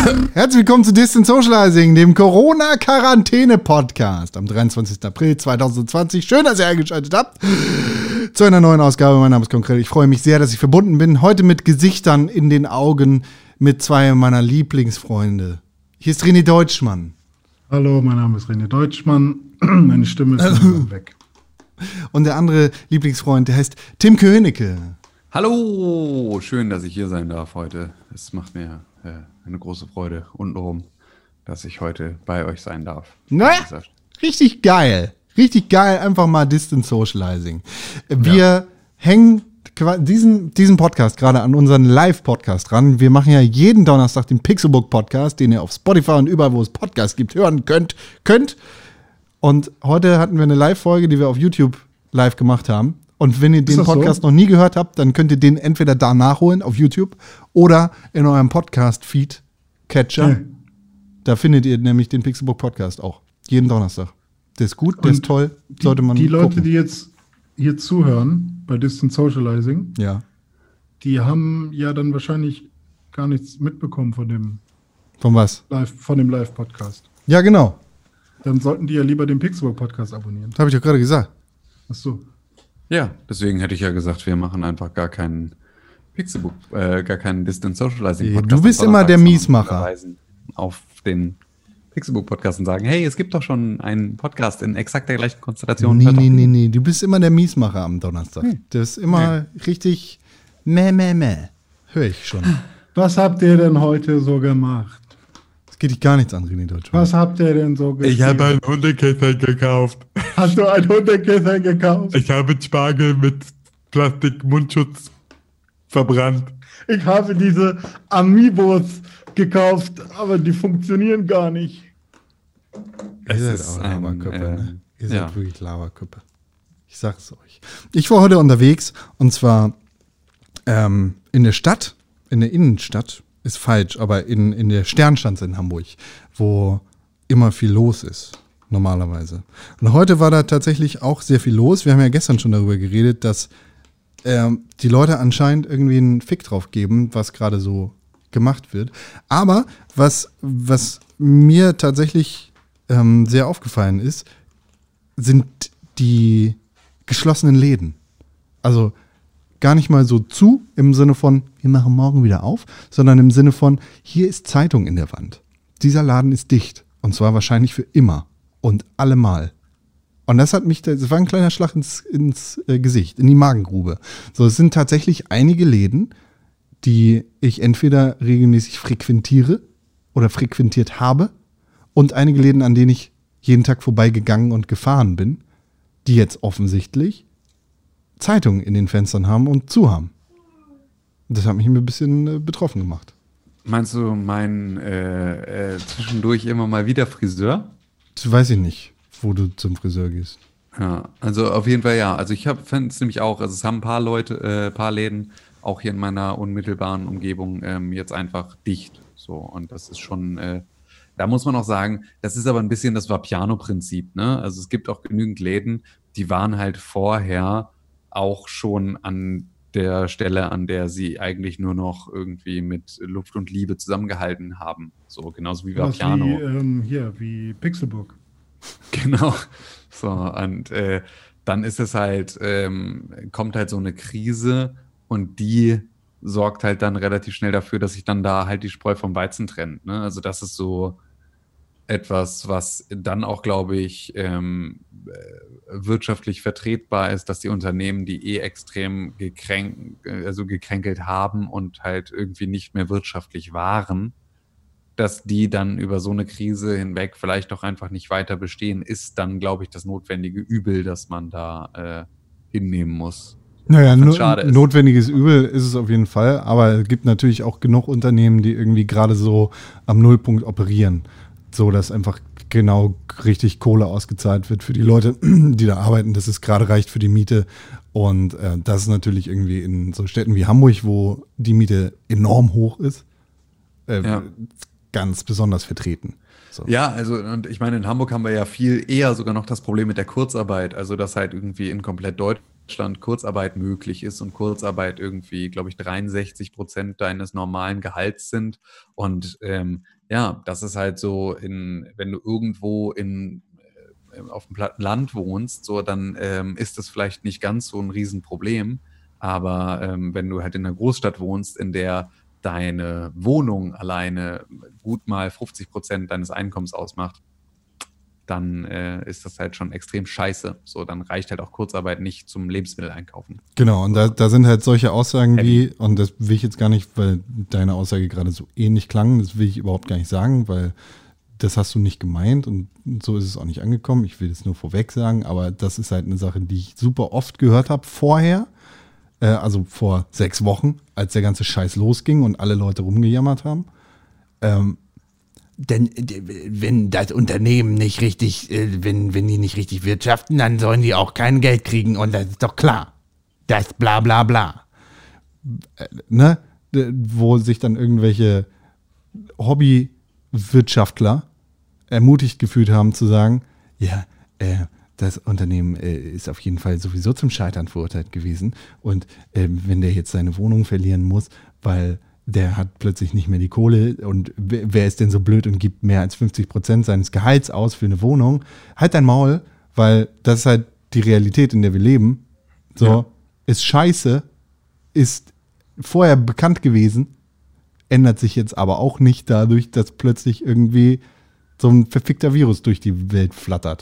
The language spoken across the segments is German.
Herzlich willkommen zu Distance Socializing, dem Corona-Quarantäne-Podcast am 23. April 2020. Schön, dass ihr eingeschaltet habt zu einer neuen Ausgabe. Mein Name ist Konkret. Ich freue mich sehr, dass ich verbunden bin. Heute mit Gesichtern in den Augen mit zwei meiner Lieblingsfreunde. Hier ist René Deutschmann. Hallo, mein Name ist René Deutschmann. Meine Stimme ist langsam weg. Und der andere Lieblingsfreund, der heißt Tim Königke. Hallo, schön, dass ich hier sein darf heute. Es macht mir eine große Freude untenrum, dass ich heute bei euch sein darf. Naja, richtig geil. Richtig geil, einfach mal Distance Socializing. Wir hängen diesen Podcast gerade an unseren Live-Podcast ran. Wir machen ja jeden Donnerstag den Pixelbook-Podcast, den ihr auf Spotify und überall, wo es Podcasts gibt, hören könnt. Und heute hatten wir eine Live-Folge, die wir auf YouTube live gemacht haben. Und wenn ihr den Podcast noch nie gehört habt, dann könnt ihr den entweder da nachholen auf YouTube oder in eurem Podcast-Feed-Catcher. Ja. Da findet ihr nämlich den Pixelbook Podcast auch. Jeden Donnerstag. Der ist gut, der ist toll. Sollte man Die Leute, gucken. die jetzt hier zuhören bei Distance Socializing, Ja. die haben ja dann wahrscheinlich gar nichts mitbekommen von dem Von was? Live-Podcast. Ja, genau. Dann sollten die ja lieber den Pixelbook-Podcast abonnieren. Das habe ich doch gerade gesagt. Ach so. Ja, deswegen hätte ich ja gesagt, wir machen einfach gar keinen Pixelbook, gar keinen Distance Socializing Podcast. Du bist immer der Miesmacher. Verweisen auf den Pixelbook Podcast und sagen, hey, es gibt doch schon einen Podcast in exakt der gleichen Konstellation. Nee. Du bist immer der Miesmacher am Donnerstag. Das ist immer richtig Höre ich schon. Was habt ihr denn heute so gemacht? Das geht dich gar nichts an, René Deutschmann. Was habt ihr denn so gespielt? Ich habe ein Hundekissen gekauft. Hast du ein Hundekissen gekauft? Ich habe Spargel mit Plastik-Mundschutz verbrannt. Ich habe diese Amiibos gekauft, aber die funktionieren gar nicht. Ihr seid ist auch ein, Laberköppe, ne? Ihr seid ja. wirklich Laberköppe. Ich sag's euch. Ich war heute unterwegs und zwar in der Stadt, in der Innenstadt, ist falsch, aber in der Sternschanze in Hamburg, wo immer viel los ist, normalerweise. Und heute war da tatsächlich auch sehr viel los. Wir haben ja gestern schon darüber geredet, dass die Leute anscheinend irgendwie einen Fick drauf geben, was gerade so gemacht wird. Aber was mir tatsächlich sehr aufgefallen ist, sind die geschlossenen Läden. Also gar nicht mal so zu im Sinne von, wir machen morgen wieder auf, sondern im Sinne von, hier ist Zeitung in der Wand. Dieser Laden ist dicht. Und zwar wahrscheinlich für immer und allemal. Und das war ein kleiner Schlag ins Gesicht, in die Magengrube. So, es sind tatsächlich einige Läden, die ich entweder regelmäßig frequentiere oder frequentiert habe und einige Läden, an denen ich jeden Tag vorbeigegangen und gefahren bin, die jetzt offensichtlich Zeitungen in den Fenstern haben und zu haben. Das hat mich ein bisschen betroffen gemacht. Meinst du mein zwischendurch immer mal wieder Friseur? Das weiß ich nicht, wo du zum Friseur gehst. Ja, also auf jeden Fall ja. Also ich fand es nämlich auch, also es haben ein paar Leute, paar Läden, auch hier in meiner unmittelbaren Umgebung, jetzt einfach dicht. So, und das ist schon, da muss man auch sagen, das ist aber ein bisschen das Vapiano-Prinzip, ne? Also es gibt auch genügend Läden, die waren halt vorher auch schon an der Stelle, an der sie eigentlich nur noch irgendwie mit Luft und Liebe zusammengehalten haben. So, genauso wie Vapiano. Wie Pixelbook. Genau. So, und dann ist es halt, kommt halt so eine Krise und die sorgt halt dann relativ schnell dafür, dass sich dann da halt die Spreu vom Weizen trennt. Ne? Also das ist so etwas, was dann auch, glaube ich, wirtschaftlich vertretbar ist, dass die Unternehmen, die extrem gekränkelt haben und halt irgendwie nicht mehr wirtschaftlich waren, dass die dann über so eine Krise hinweg vielleicht doch einfach nicht weiter bestehen, ist dann, glaube ich, das notwendige Übel, das man da hinnehmen muss. Naja, Schade ist. notwendiges Übel ist es auf jeden Fall, aber es gibt natürlich auch genug Unternehmen, die irgendwie gerade so am Nullpunkt operieren, so dass einfach genau richtig Kohle ausgezahlt wird für die Leute, die da arbeiten, dass es gerade reicht für die Miete. Und das ist natürlich irgendwie in so Städten wie Hamburg, wo die Miete enorm hoch ist, ganz besonders vertreten. So. Ja, also und ich meine, in Hamburg haben wir ja viel eher sogar noch das Problem mit der Kurzarbeit, also dass halt irgendwie in komplett Deutschland Deutschland Kurzarbeit möglich ist und Kurzarbeit irgendwie, glaube ich, 63% deines normalen Gehalts sind. Und ja, das ist halt so, wenn du irgendwo auf dem platten Land wohnst, so, dann ist das vielleicht nicht ganz so ein Riesenproblem. Aber wenn du halt in einer Großstadt wohnst, in der deine Wohnung alleine gut mal 50% deines Einkommens ausmacht, dann ist das halt schon extrem scheiße. So, dann reicht halt auch Kurzarbeit nicht zum Lebensmitteleinkaufen. Genau, und da sind halt solche Aussagen wie, und das will ich jetzt gar nicht, weil deine Aussage gerade so ähnlich klang, das will ich überhaupt gar nicht sagen, weil das hast du nicht gemeint und so ist es auch nicht angekommen. Ich will es nur vorweg sagen, aber das ist halt eine Sache, die ich super oft gehört habe vorher, also vor 6 Wochen, als der ganze Scheiß losging und alle Leute rumgejammert haben. Denn wenn das Unternehmen nicht richtig, wenn die nicht richtig wirtschaften, dann sollen die auch kein Geld kriegen und das ist doch klar. Das bla bla bla. Ne? Wo sich dann irgendwelche Hobbywirtschaftler ermutigt gefühlt haben zu sagen, ja, das Unternehmen ist auf jeden Fall sowieso zum Scheitern verurteilt gewesen und wenn der jetzt seine Wohnung verlieren muss, weil der hat plötzlich nicht mehr die Kohle und wer ist denn so blöd und gibt mehr als 50% seines Gehalts aus für eine Wohnung? Halt dein Maul, weil das ist halt die Realität, in der wir leben. So, ja. Ist scheiße, ist vorher bekannt gewesen, ändert sich jetzt aber auch nicht dadurch, dass plötzlich irgendwie so ein verfickter Virus durch die Welt flattert.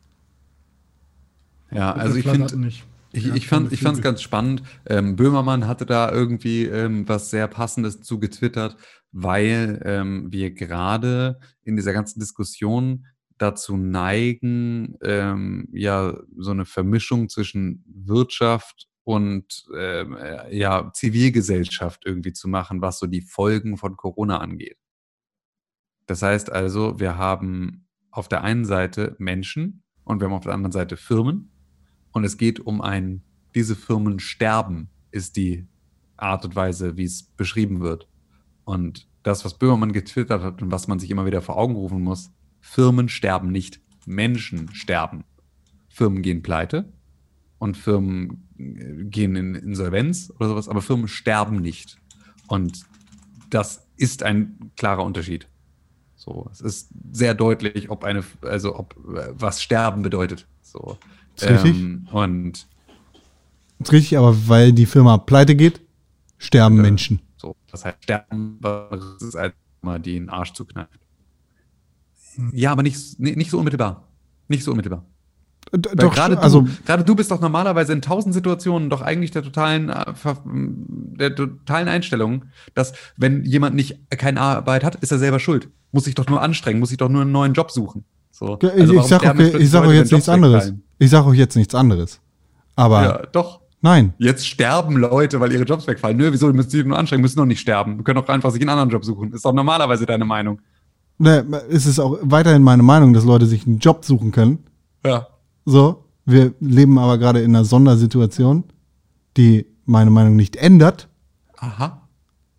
Ja, also ich finde, ich fand es ganz spannend. Böhmermann hatte da irgendwie was sehr Passendes zu getwittert, weil wir gerade in dieser ganzen Diskussion dazu neigen, ja, so eine Vermischung zwischen Wirtschaft und ja, Zivilgesellschaft irgendwie zu machen, was so die Folgen von Corona angeht. Das heißt also, wir haben auf der einen Seite Menschen und wir haben auf der anderen Seite Firmen. Und es geht um diese Firmen sterben, ist die Art und Weise, wie es beschrieben wird. Und das, was Böhmermann getwittert hat und was man sich immer wieder vor Augen rufen muss, Firmen sterben nicht, Menschen sterben. Firmen gehen pleite und Firmen gehen in Insolvenz oder sowas, aber Firmen sterben nicht. Und das ist ein klarer Unterschied. So, es ist sehr deutlich, ob was sterben bedeutet. So. Ist richtig. Und ist richtig, aber weil die Firma pleite geht, sterben Menschen. So, das heißt, sterben, das ist halt mal die in den Arsch zu knallen. Ja, aber nicht so unmittelbar. Nicht so unmittelbar. Doch, gerade du bist doch normalerweise in 1000 Situationen doch eigentlich der totalen Einstellung, dass wenn jemand keine Arbeit hat, ist er selber schuld. Muss sich doch nur anstrengen, muss sich doch nur einen neuen Job suchen. So. Also ich sage euch jetzt nichts anderes. Ich sage euch jetzt nichts anderes. Aber ja, doch. Nein. Jetzt sterben Leute, weil ihre Jobs wegfallen. Nö, wieso? Die müssen sich nur anstrengen, müssen doch nicht sterben. Wir können doch einfach sich einen anderen Job suchen. Ist doch normalerweise deine Meinung. Ne, es ist auch weiterhin meine Meinung, dass Leute sich einen Job suchen können. Ja. So, wir leben aber gerade in einer Sondersituation, die meine Meinung nicht ändert. Aha.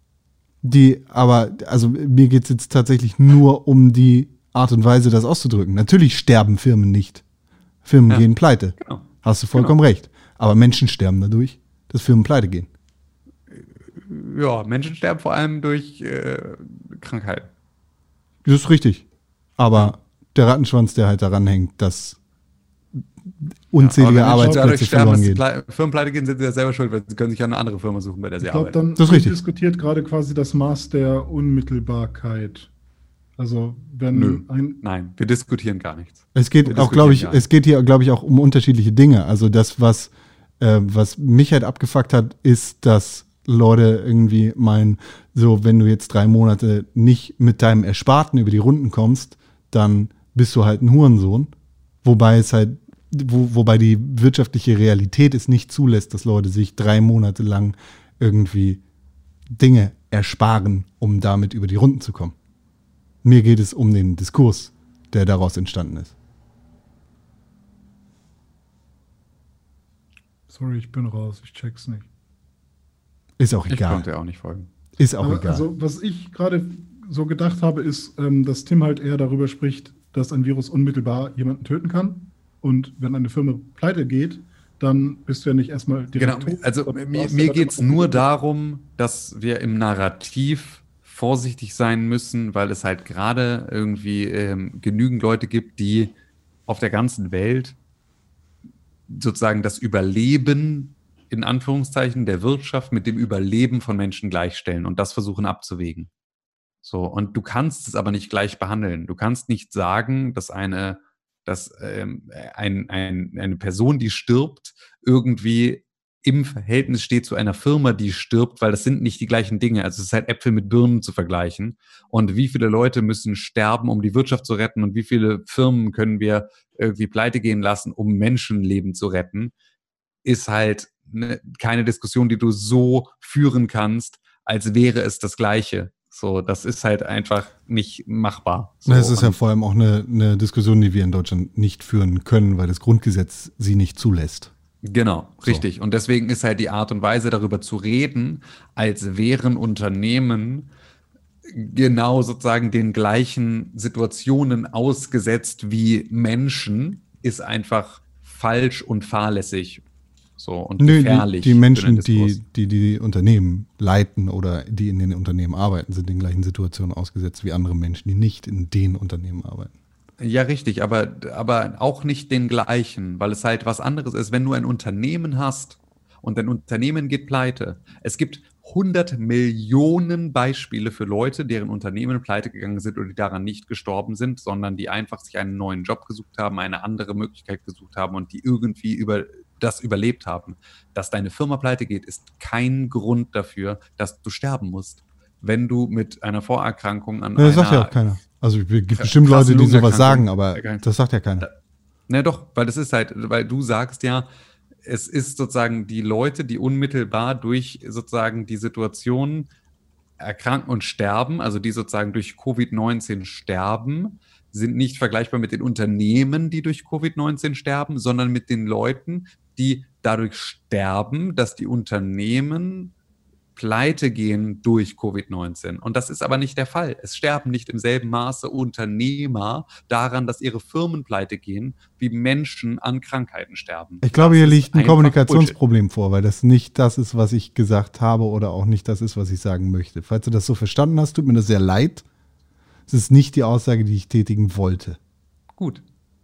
Also mir geht es jetzt tatsächlich nur um die Art und Weise, das auszudrücken. Natürlich sterben Firmen nicht. Firmen gehen pleite. Genau. Hast du vollkommen recht. Aber Menschen sterben dadurch, dass Firmen pleite gehen. Ja, Menschen sterben vor allem durch Krankheiten. Das ist richtig. Aber der Rattenschwanz, der halt daran hängt, dass unzählige Arbeitsplätze verloren gehen. Firmen pleite gehen, sind sie ja selber schuld, weil sie können sich ja eine andere Firma suchen, bei der sie arbeiten. Dann das ist richtig. Diskutiert gerade quasi das Maß der Unmittelbarkeit. Also wenn Nein, wir diskutieren gar nichts. Es geht hier, glaube ich, auch um unterschiedliche Dinge. Also das, was mich halt abgefuckt hat, ist, dass Leute irgendwie meinen, so, wenn du jetzt 3 Monate nicht mit deinem Ersparten über die Runden kommst, dann bist du halt ein Hurensohn. Wobei die wirtschaftliche Realität es nicht zulässt, dass Leute sich 3 Monate lang irgendwie Dinge ersparen, um damit über die Runden zu kommen. Mir geht es um den Diskurs, der daraus entstanden ist. Sorry, ich bin raus, ich check's nicht. Ist auch egal. Ich konnte ja auch nicht folgen. Ist auch egal. Also, was ich gerade so gedacht habe, ist, dass Tim halt eher darüber spricht, dass ein Virus unmittelbar jemanden töten kann. Und wenn eine Firma pleite geht, dann bist du ja nicht erstmal direkt Genau, tot, also sondern du mir, hast ja mir dann geht es immer nur noch- darum, dass wir im Narrativ vorsichtig sein müssen, weil es halt gerade irgendwie genügend Leute gibt, die auf der ganzen Welt sozusagen das Überleben in Anführungszeichen der Wirtschaft mit dem Überleben von Menschen gleichstellen und das versuchen abzuwägen. So, und du kannst es aber nicht gleich behandeln. Du kannst nicht sagen, dass eine Person, die stirbt, irgendwie im Verhältnis steht zu einer Firma, die stirbt, weil das sind nicht die gleichen Dinge. Also es ist halt Äpfel mit Birnen zu vergleichen. Und wie viele Leute müssen sterben, um die Wirtschaft zu retten und wie viele Firmen können wir irgendwie pleite gehen lassen, um Menschenleben zu retten, ist halt keine Diskussion, die du so führen kannst, als wäre es das Gleiche. So, das ist halt einfach nicht machbar. So, Es ist ja und vor allem auch eine Diskussion, die wir in Deutschland nicht führen können, weil das Grundgesetz sie nicht zulässt. genau, richtig. Und deswegen ist halt die Art und Weise, darüber zu reden, als wären Unternehmen genau sozusagen den gleichen Situationen ausgesetzt wie Menschen, ist einfach falsch und fahrlässig. So, und Nö, gefährlich. die für den Menschen, Diskurs. die Unternehmen leiten oder die in den Unternehmen arbeiten, sind den gleichen Situationen ausgesetzt wie andere Menschen, die nicht in den Unternehmen arbeiten. Ja, richtig, aber auch nicht den gleichen, weil es halt was anderes ist, wenn du ein Unternehmen hast und dein Unternehmen geht pleite. Es gibt 100 Millionen Beispiele für Leute, deren Unternehmen pleite gegangen sind oder die daran nicht gestorben sind, sondern die einfach sich einen neuen Job gesucht haben, eine andere Möglichkeit gesucht haben und die irgendwie das überlebt haben. Dass deine Firma pleite geht, ist kein Grund dafür, dass du sterben musst. Wenn du mit einer Vorerkrankung an Das sagt ja einer auch keiner. Also es gibt bestimmt Leute, die sowas sagen, aber das sagt ja keiner. Na doch, weil das ist halt, weil du sagst ja, es ist sozusagen die Leute, die unmittelbar durch sozusagen die Situation erkranken und sterben, also die sozusagen durch Covid-19 sterben, sind nicht vergleichbar mit den Unternehmen, die durch Covid-19 sterben, sondern mit den Leuten, die dadurch sterben, dass die Unternehmen pleite gehen durch Covid-19. Und das ist aber nicht der Fall. Es sterben nicht im selben Maße Unternehmer daran, dass ihre Firmen pleite gehen, wie Menschen an Krankheiten sterben. Ich glaube, Das hier ist liegt ein einfach Kommunikationsproblem vor, weil das nicht das ist, was ich gesagt habe oder auch nicht das ist, was ich sagen möchte. Falls du das so verstanden hast, tut mir das sehr leid. Es ist nicht die Aussage, die ich tätigen wollte. Bullshit. Gut.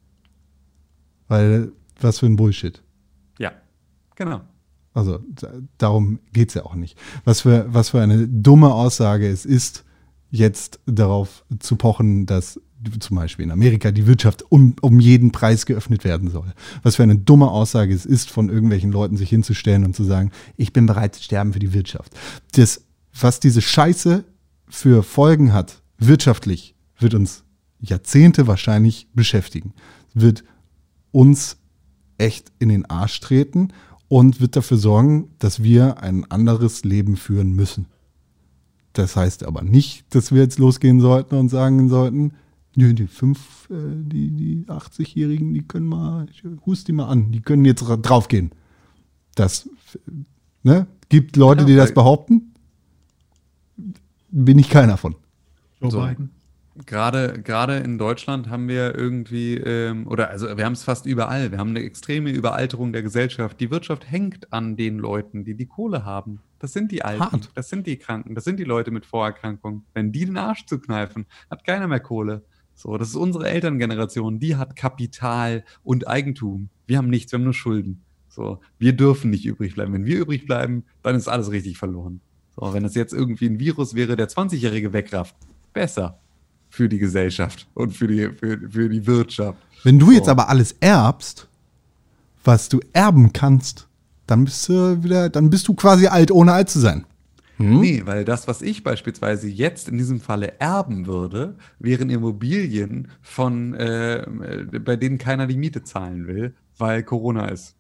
Weil, was für ein Bullshit. Ja, genau. Also darum geht es ja auch nicht. Was für eine dumme Aussage es ist, jetzt darauf zu pochen, dass zum Beispiel in Amerika die Wirtschaft um jeden Preis geöffnet werden soll. Was für eine dumme Aussage es ist, von irgendwelchen Leuten sich hinzustellen und zu sagen, ich bin bereit zu sterben für die Wirtschaft. Das, was diese Scheiße für Folgen hat, wirtschaftlich, wird uns Jahrzehnte wahrscheinlich beschäftigen. Wird uns echt in den Arsch treten und wird dafür sorgen, dass wir ein anderes Leben führen müssen. Das heißt aber nicht, dass wir jetzt losgehen sollten und sagen sollten, nö, die 80-Jährigen, die können mal, ich hust die mal an, die können jetzt draufgehen. Das, gibt Leute, Genau, die das behaupten. Bin ich keiner von. Joe So. Biden. Gerade in Deutschland haben wir irgendwie, also wir haben es fast überall, wir haben eine extreme Überalterung der Gesellschaft. Die Wirtschaft hängt an den Leuten, die die Kohle haben. Das sind die Alten, Hart. das sind die Kranken, das sind die Leute mit Vorerkrankungen. Wenn die den Arsch zukneifen, hat keiner mehr Kohle. So, das ist unsere Elterngeneration, die hat Kapital und Eigentum. Wir haben nichts, wir haben nur Schulden. So, wir dürfen nicht übrig bleiben. Wenn wir übrig bleiben, dann ist alles richtig verloren. So, wenn es jetzt irgendwie ein Virus wäre, der 20-Jährige wegrafft, besser für die Gesellschaft und für die Wirtschaft. Wenn du jetzt So. aber alles erbst, was du erben kannst, dann bist du quasi alt, ohne alt zu sein. Nee, weil das, was ich beispielsweise jetzt in diesem Falle erben würde, wären Immobilien bei denen keiner die Miete zahlen will, weil Corona ist.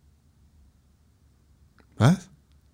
Was?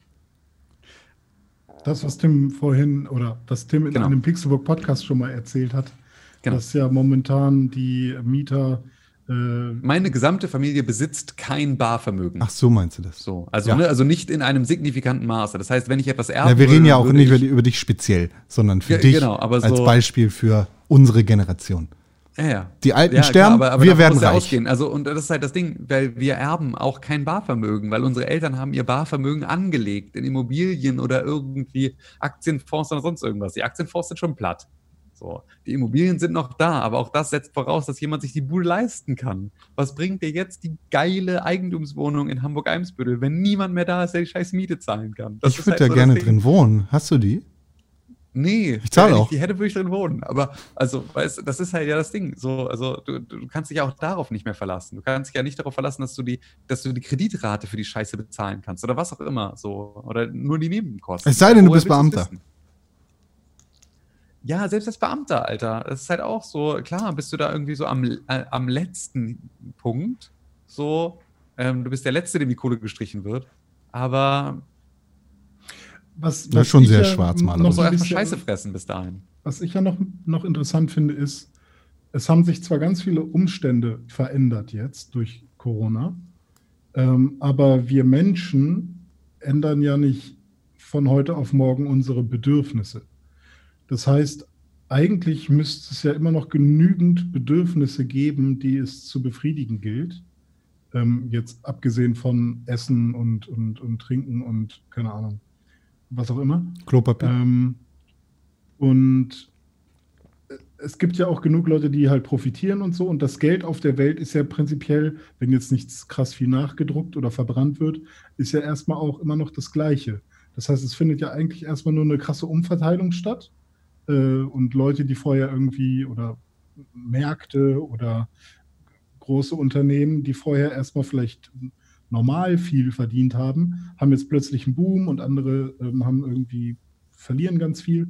Das, was Tim vorhin oder das Tim in Genau. einem Pixelbook Podcast schon mal erzählt hat, Genau. dass ja momentan die Mieter Meine gesamte Familie besitzt kein Barvermögen. Ach so, meinst du das? So, also, Ja. also nicht in einem signifikanten Maße. Das heißt, wenn ich etwas erbe, Ja, wir reden ja auch würde nicht ich- über dich speziell, sondern für Ja, dich genau, aber als so- Beispiel für unsere Generation. Ja. Die Alten Ja, sterben, klar, aber wir davon werden muss ja reich. ausgehen. Also, und das ist halt das Ding, weil wir erben auch kein Barvermögen, weil unsere Eltern haben ihr Barvermögen angelegt in Immobilien oder irgendwie Aktienfonds oder sonst irgendwas. Die Aktienfonds sind schon platt. So. Die Immobilien sind noch da, aber auch das setzt voraus, dass jemand sich die Bude leisten kann. Was bringt dir jetzt die geile Eigentumswohnung in Hamburg-Eimsbüttel, wenn niemand mehr da ist, der die scheiß Miete zahlen kann? Das Ich ist würde halt da so gerne das Ding. drin wohnen. Hast du die? Nee, Ich zahl wenn auch. die hätte, würde ich drin wohnen. Aber, also, weißt du, das ist halt ja das Ding. So, also, du kannst dich auch darauf nicht mehr verlassen. Du kannst dich ja nicht darauf verlassen, dass du die Kreditrate für die Scheiße bezahlen kannst oder was auch immer. So, oder nur die Nebenkosten. Es sei denn, du Woher bist willst du's Beamter. wissen? Ja, selbst als Beamter, Alter. Das ist halt auch so, klar, bist du da irgendwie so am letzten Punkt. So, du bist der Letzte, dem die Kohle gestrichen wird. Aber Was Das ist schon ich sehr ja schwarzmalerisch. noch musst du ein erstmal bisschen- Scheiße fressen bis dahin. Was ich ja noch interessant finde, ist, es haben sich zwar ganz viele Umstände verändert jetzt durch Corona, aber wir Menschen ändern ja nicht von heute auf morgen unsere Bedürfnisse. Das heißt, eigentlich müsste es ja immer noch genügend Bedürfnisse geben, die es zu befriedigen gilt. Jetzt abgesehen von Essen und Trinken und keine Ahnung, was auch immer. Klopapier. Und es gibt ja auch genug Leute, die halt profitieren und so. Und das Geld auf der Welt ist ja prinzipiell, wenn jetzt nichts krass viel nachgedruckt oder verbrannt wird, ist ja erstmal auch immer noch das Gleiche. Das heißt, es findet ja eigentlich erstmal nur eine krasse Umverteilung statt. Und Leute, die vorher irgendwie oder Märkte oder große Unternehmen, die vorher erstmal vielleicht normal viel verdient haben, haben jetzt plötzlich einen Boom und andere haben irgendwie verlieren ganz viel.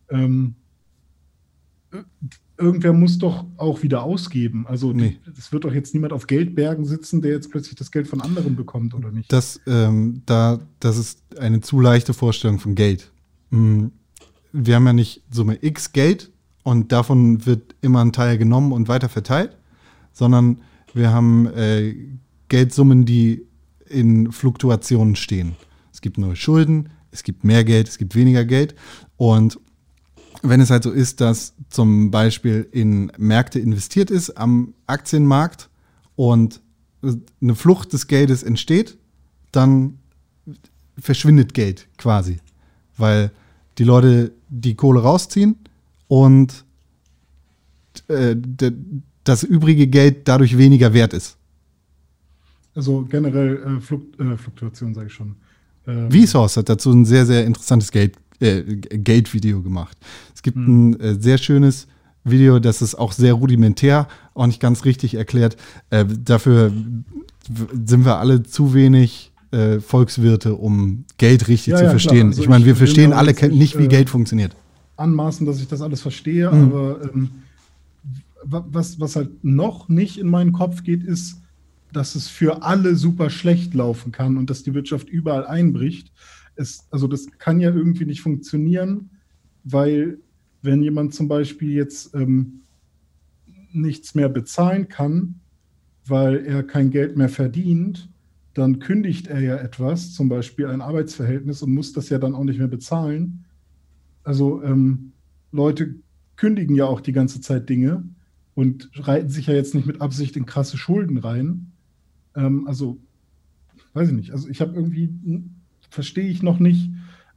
Irgendwer muss doch auch wieder ausgeben. Also Nee. es wird doch jetzt niemand auf Geldbergen sitzen, der jetzt plötzlich das Geld von anderen bekommt, oder nicht? Das ist eine zu leichte Vorstellung von Geld. Wir haben ja nicht Summe X Geld und davon wird immer ein Teil genommen und weiter verteilt, sondern wir haben Geldsummen, die in Fluktuationen stehen. Es gibt neue Schulden, es gibt mehr Geld, es gibt weniger Geld. Und wenn es halt so ist, dass zum Beispiel in Märkte investiert ist am Aktienmarkt und eine Flucht des Geldes entsteht, dann verschwindet Geld quasi, weil die Leute die Kohle rausziehen und das übrige Geld dadurch weniger wert ist. Also generell Fluktuation, sage ich schon. Vsauce hat dazu ein sehr, sehr interessantes Geldvideo gemacht. Es gibt ein sehr schönes Video, das ist auch sehr rudimentär, auch nicht ganz richtig erklärt. Dafür sind wir alle zu wenig Volkswirte, um Geld richtig zu Ja, verstehen. klar. Also ich meine, wir ich will verstehen da alle jetzt nicht, nicht, wie Geld funktioniert. Anmaßen, dass ich das alles verstehe, aber was halt noch nicht in meinen Kopf geht, ist, dass es für alle super schlecht laufen kann und dass die Wirtschaft überall einbricht. Also das kann ja irgendwie nicht funktionieren, weil wenn jemand zum Beispiel jetzt nichts mehr bezahlen kann, weil er kein Geld mehr verdient, dann kündigt er ja etwas, zum Beispiel ein Arbeitsverhältnis und muss das ja dann auch nicht mehr bezahlen. Also Leute kündigen ja auch die ganze Zeit Dinge und reiten sich ja jetzt nicht mit Absicht in krasse Schulden rein. Also, weiß ich nicht. Also ich habe irgendwie, verstehe ich noch nicht,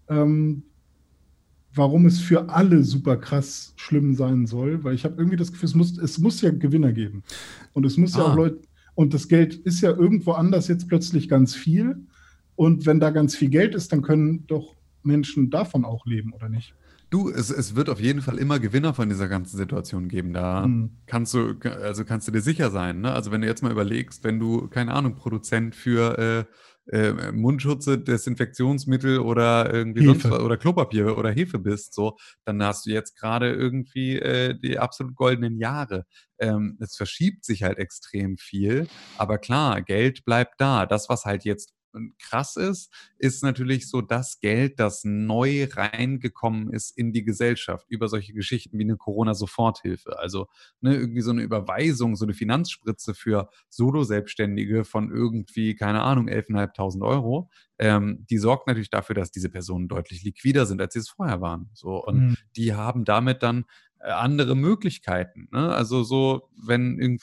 warum es für alle super krass schlimm sein soll, weil ich habe irgendwie das Gefühl, es muss ja Gewinner geben. Und es muss ja auch Leute, und das Geld ist ja irgendwo anders jetzt plötzlich ganz viel. Und wenn da ganz viel Geld ist, dann können doch Menschen davon auch leben, oder nicht? Du, es wird auf jeden Fall immer Gewinner von dieser ganzen Situation geben. Da kannst du dir sicher sein. Ne? Also wenn du jetzt mal überlegst, wenn du, keine Ahnung, Produzent für Mundschutze, Desinfektionsmittel oder irgendwie Hefe. sonst was oder Klopapier oder Hefe bist, so, dann hast du jetzt gerade irgendwie die absolut goldenen Jahre. Es verschiebt sich halt extrem viel, aber klar, Geld bleibt da. Das, was halt jetzt krass ist natürlich so das Geld, das neu reingekommen ist in die Gesellschaft über solche Geschichten wie eine Corona-Soforthilfe. Also irgendwie so eine Überweisung, so eine Finanzspritze für Solo-Selbstständige von irgendwie, keine Ahnung, 11.500 Euro. Die sorgt natürlich dafür, dass diese Personen deutlich liquider sind, als sie es vorher waren. So, und die haben damit dann andere Möglichkeiten. Ne? Also so, wenn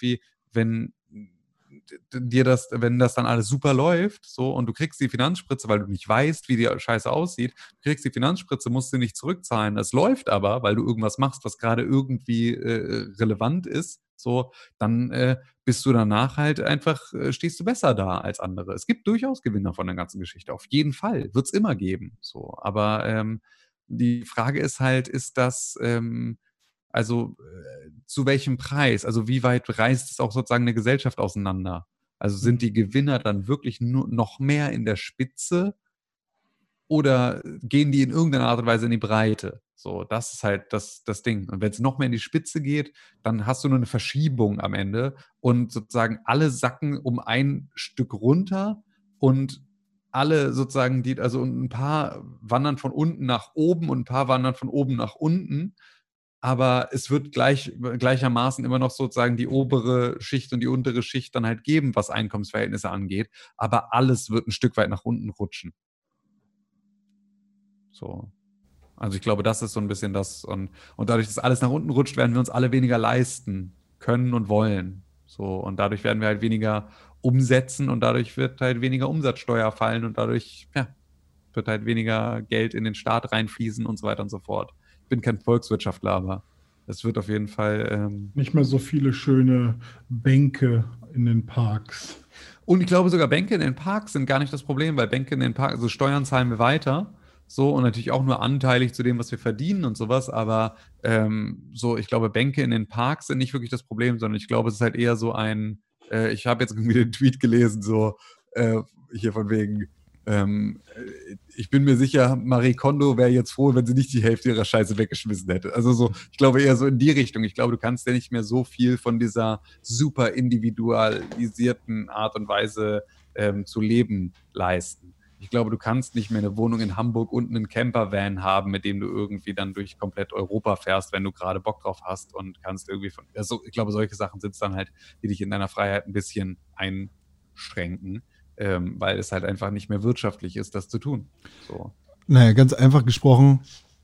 das dann alles super läuft, so, und du kriegst die Finanzspritze, weil du nicht weißt, wie die Scheiße aussieht, du kriegst die Finanzspritze, musst du nicht zurückzahlen. Es läuft aber, weil du irgendwas machst, was gerade irgendwie relevant ist, so, dann bist du danach halt einfach, stehst du besser da als andere. Es gibt durchaus Gewinner von der ganzen Geschichte. Auf jeden Fall. Wird es immer geben. So. Aber die Frage ist halt, ist das, zu welchem Preis? Also wie weit reißt es auch sozusagen eine Gesellschaft auseinander? Also sind die Gewinner dann wirklich nur noch mehr in der Spitze oder gehen die in irgendeiner Art und Weise in die Breite? So, das ist halt das Ding. Und wenn es noch mehr in die Spitze geht, dann hast du nur eine Verschiebung am Ende und sozusagen alle sacken um ein Stück runter und alle sozusagen, also ein paar wandern von unten nach oben und ein paar wandern von oben nach unten. Aber es wird gleichermaßen immer noch sozusagen die obere Schicht und die untere Schicht dann halt geben, was Einkommensverhältnisse angeht. Aber alles wird ein Stück weit nach unten rutschen. So. Also ich glaube, das ist so ein bisschen das. Und dadurch, dass alles nach unten rutscht, werden wir uns alle weniger leisten können und wollen. So. Und dadurch werden wir halt weniger umsetzen und dadurch wird halt weniger Umsatzsteuer fallen und dadurch, wird halt weniger Geld in den Staat reinfließen und so weiter und so fort. Ich bin kein Volkswirtschaftler, aber es wird auf jeden Fall nicht mehr so viele schöne Bänke in den Parks. Und ich glaube, sogar Bänke in den Parks sind gar nicht das Problem, weil Bänke in den Parks, also Steuern zahlen wir weiter, so, und natürlich auch nur anteilig zu dem, was wir verdienen und sowas, aber ich glaube, Bänke in den Parks sind nicht wirklich das Problem, sondern ich glaube, es ist halt eher so ich habe jetzt irgendwie den Tweet gelesen, so hier von wegen, ich bin mir sicher, Marie Kondo wäre jetzt froh, wenn sie nicht die Hälfte ihrer Scheiße weggeschmissen hätte. Also so, ich glaube eher so in die Richtung. Ich glaube, du kannst ja nicht mehr so viel von dieser super individualisierten Art und Weise zu leben leisten. Ich glaube, du kannst nicht mehr eine Wohnung in Hamburg und einen Campervan haben, mit dem du irgendwie dann durch komplett Europa fährst, wenn du gerade Bock drauf hast und kannst irgendwie ich glaube, solche Sachen sind es dann halt, die dich in deiner Freiheit ein bisschen einschränken. Weil es halt einfach nicht mehr wirtschaftlich ist, das zu tun. So. Naja, ganz einfach gesprochen,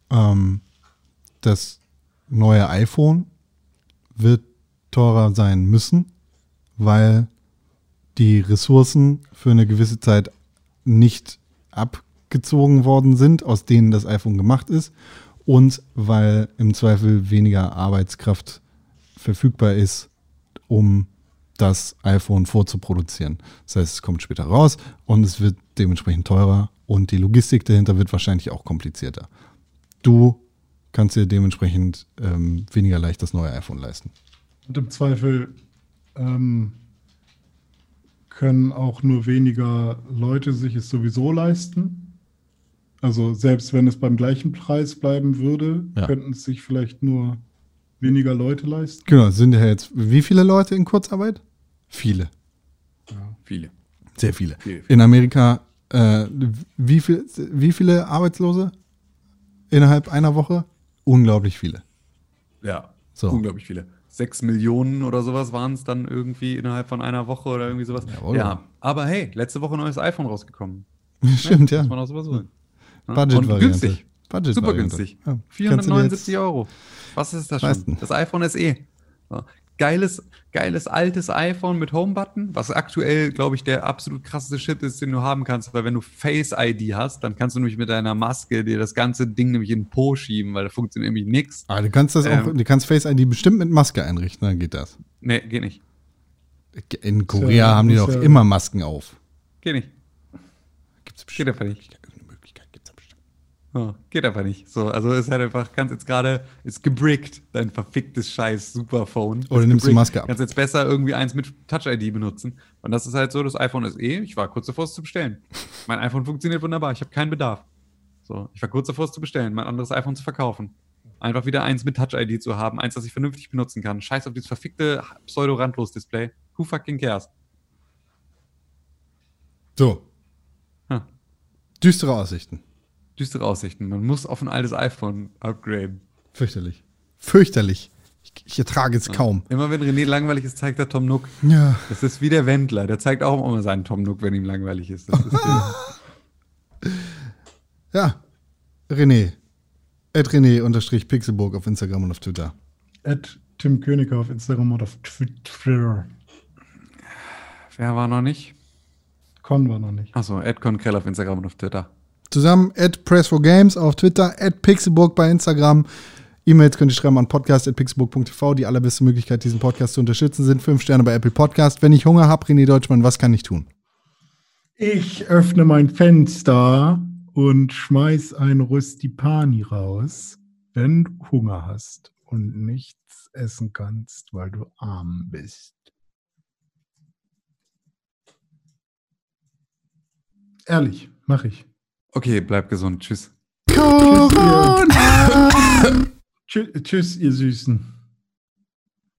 das neue iPhone wird teurer sein müssen, weil die Ressourcen für eine gewisse Zeit nicht abgezogen worden sind, aus denen das iPhone gemacht ist, und weil im Zweifel weniger Arbeitskraft verfügbar ist, um das iPhone vorzuproduzieren. Das heißt, es kommt später raus und es wird dementsprechend teurer und die Logistik dahinter wird wahrscheinlich auch komplizierter. Du kannst dir dementsprechend weniger leicht das neue iPhone leisten. Und im Zweifel können auch nur weniger Leute sich es sowieso leisten. Also selbst wenn es beim gleichen Preis bleiben würde, könnten es sich vielleicht nur weniger Leute leisten. Genau, sind ja jetzt wie viele Leute in Kurzarbeit? Viele. Ja. Viele. Sehr viele. Viele. In Amerika, wie viele Arbeitslose innerhalb einer Woche? Unglaublich viele. Ja, So. unglaublich viele. 6 Millionen oder sowas waren es dann irgendwie innerhalb von einer Woche oder irgendwie sowas. Jawohl. Ja, aber hey, letzte Woche ein neues iPhone rausgekommen. Stimmt, ja. Muss man auch sowas sagen. Ja? Budget-Variante. Und günstig. Budget-Variante. Super günstig. Ja. 479 Euro. Was ist das leisten. schon? Das iPhone SE. So. Geiles altes iPhone mit Home-Button, was aktuell, glaube ich, der absolut krasseste Shit ist, den du haben kannst, weil wenn du Face-ID hast, dann kannst du nämlich mit deiner Maske dir das ganze Ding nämlich in den Po schieben, weil da funktioniert nämlich nichts. Aber du kannst das auch, du kannst Face ID bestimmt mit Maske einrichten, dann geht das. Nee, geht nicht. In Korea haben die doch immer Masken auf. Geht nicht. Gibt's Geht bestimmt. einfach nicht. Irgendeine Möglichkeit gibt's da bestimmt. Ja, geht einfach nicht. So, also ist halt einfach, ist gebrickt, dein verficktes scheiß Superphone. Oder Ist nimmst die gebrickt. Maske ab. Kannst jetzt besser irgendwie eins mit Touch-ID benutzen. Und das ist halt so, das iPhone SE, ich war kurz davor, es zu bestellen. Mein iPhone funktioniert wunderbar, ich habe keinen Bedarf. So, ich war kurz davor, es zu bestellen, mein anderes iPhone zu verkaufen. Einfach wieder eins mit Touch-ID zu haben, eins, das ich vernünftig benutzen kann. Scheiß auf dieses verfickte Pseudo-Randlos-Display. Who fucking cares? So, Hm. düstere Aussichten. Düstere Aussichten. Man muss auf ein altes iPhone upgraden. Fürchterlich. Fürchterlich. Ich ertrage es kaum. Immer wenn René langweilig ist, zeigt er Tom Nook. Ja. Das ist wie der Wendler. Der zeigt auch immer seinen Tom Nook, wenn ihm langweilig ist. Das ist Ja. René. @René_Pixelburg auf Instagram und auf Twitter. Tim Königer auf Instagram und auf Twitter. Wer war noch nicht? Con war noch nicht. Achso, @conkrell auf Instagram und auf Twitter. Zusammen @press4games auf Twitter, @pixelburg bei Instagram. E-Mails könnt ihr schreiben an podcast@pixelburg.tv. Die allerbeste Möglichkeit, diesen Podcast zu unterstützen, sind 5 Sterne bei Apple Podcast. Wenn ich Hunger habe, René Deutschmann, was kann ich tun? Ich öffne mein Fenster und schmeiß ein Rustipani raus, wenn du Hunger hast und nichts essen kannst, weil du arm bist. Ehrlich, mach ich. Okay, bleib gesund. Tschüss. Tschüss, ihr Süßen.